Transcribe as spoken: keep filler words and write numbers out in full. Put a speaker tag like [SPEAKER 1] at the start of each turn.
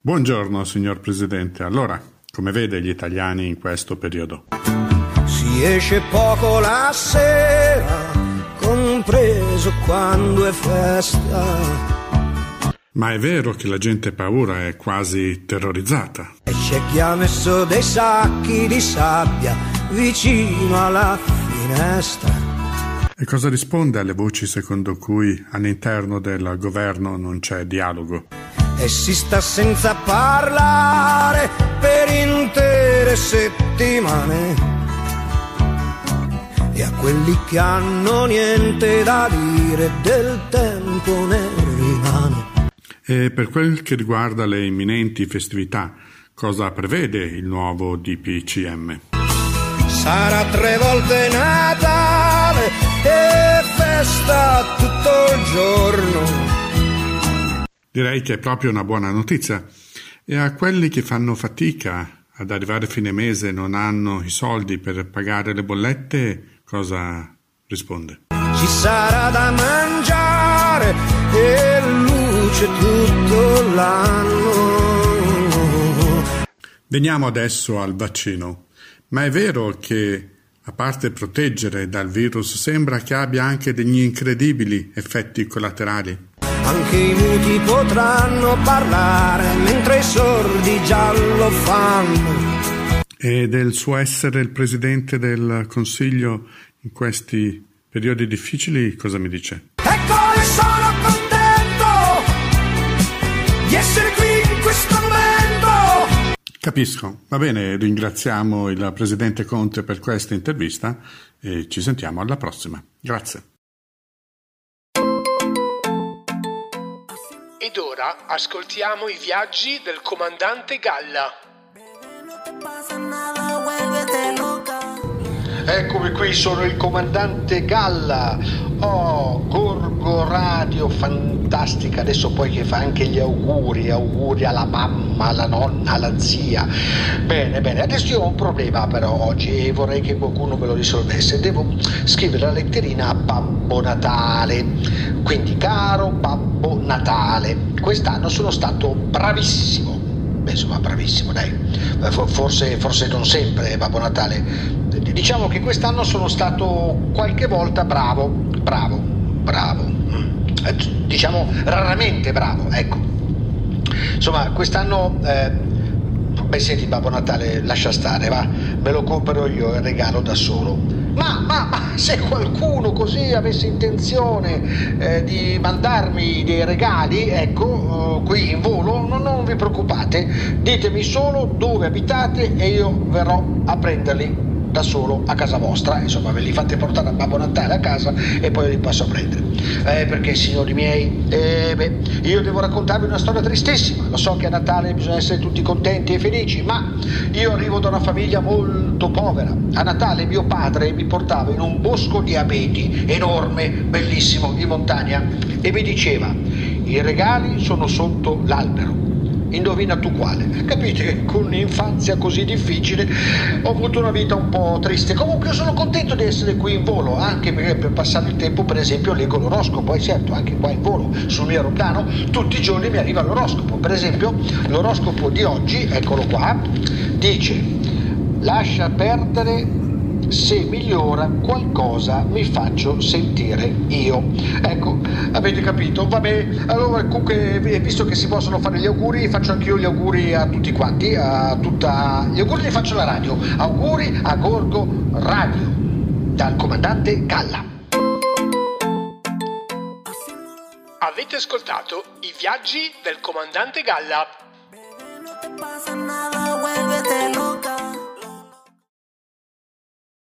[SPEAKER 1] Buongiorno, signor Presidente. Allora, come vede gli italiani in questo periodo?
[SPEAKER 2] Si esce poco la sera, compreso quando è festa.
[SPEAKER 1] Ma è vero che la gente ha paura, è quasi terrorizzata.
[SPEAKER 2] E c'è chi ha messo dei sacchi di sabbia vicino alla finestra.
[SPEAKER 1] E cosa risponde alle voci secondo cui all'interno del governo non c'è dialogo?
[SPEAKER 2] E si sta senza parlare per intere settimane. E a quelli che hanno niente da dire del tempo ne rimane.
[SPEAKER 1] E per quel che riguarda le imminenti festività, cosa prevede il nuovo D P C M?
[SPEAKER 2] Sarà tre volte Natale e festa tutto il giorno.
[SPEAKER 1] Direi che è proprio una buona notizia. E a quelli che fanno fatica ad arrivare a fine mese e non hanno i soldi per pagare le bollette, cosa risponde?
[SPEAKER 2] Ci sarà da mangiare e luce tutto l'anno.
[SPEAKER 1] Veniamo adesso al vaccino. Ma è vero che, a parte proteggere dal virus, sembra che abbia anche degli incredibili effetti collaterali?
[SPEAKER 2] Anche i muti potranno parlare, mentre i sordi già lo fanno.
[SPEAKER 1] E del suo essere il Presidente del Consiglio in questi periodi difficili, cosa mi dice?
[SPEAKER 2] Ecco, e sono contento di essere qui in questo momento.
[SPEAKER 1] Capisco. Va bene, ringraziamo il Presidente Conte per questa intervista e ci sentiamo alla prossima. Grazie.
[SPEAKER 3] Ed ora ascoltiamo i viaggi del comandante Galla.
[SPEAKER 4] Eccomi qui, sono il comandante Galla. Oh, Gorgo Radio, fantastica. Adesso poi che fa anche gli auguri, auguri alla mamma, alla nonna, alla zia. Bene, bene, adesso io ho un problema però oggi e vorrei che qualcuno me lo risolvesse. Devo scrivere la letterina a Babbo Natale. Quindi, caro Babbo Natale, quest'anno sono stato bravissimo. Beh, insomma, bravissimo, dai. Forse, forse non sempre, Babbo Natale. Diciamo che quest'anno sono stato qualche volta bravo, bravo, bravo. Diciamo raramente bravo, ecco. Insomma, quest'anno... Eh, beh, senti, Babbo Natale, lascia stare, va. Me lo compro io il regalo da solo. Ma, ma, ma se qualcuno così avesse intenzione eh, di mandarmi dei regali, ecco, eh, qui in volo, no, non vi preoccupate, ditemi solo dove abitate e io verrò a prenderli da solo a casa vostra, insomma ve li fate portare a Babbo Natale a casa e poi li passo a prendere. Eh, perché signori miei, eh, beh, io devo raccontarvi una storia tristissima, lo so che a Natale bisogna essere tutti contenti e felici, ma io arrivo da una famiglia molto povera. A Natale mio padre mi portava in un bosco di abeti enorme, bellissimo, in montagna e mi diceva: i regali sono sotto l'albero. Indovina tu quale? Capite che con un'infanzia così difficile ho avuto una vita un po' triste. Comunque sono contento di essere qui in volo, anche perché per passare il tempo, per esempio, leggo l'oroscopo. E certo, anche qua in volo sul mio aeroplano tutti i giorni mi arriva l'oroscopo. Per esempio, l'oroscopo di oggi, eccolo qua, dice: lascia perdere, se migliora qualcosa mi faccio sentire io. Ecco, avete capito? Vabbè, allora comunque, visto che si possono fare gli auguri, faccio anche io gli auguri a tutti quanti, a tutta... gli auguri li faccio alla radio. Auguri a Gorgo Radio, dal comandante Galla.
[SPEAKER 3] Avete ascoltato i viaggi del comandante Galla.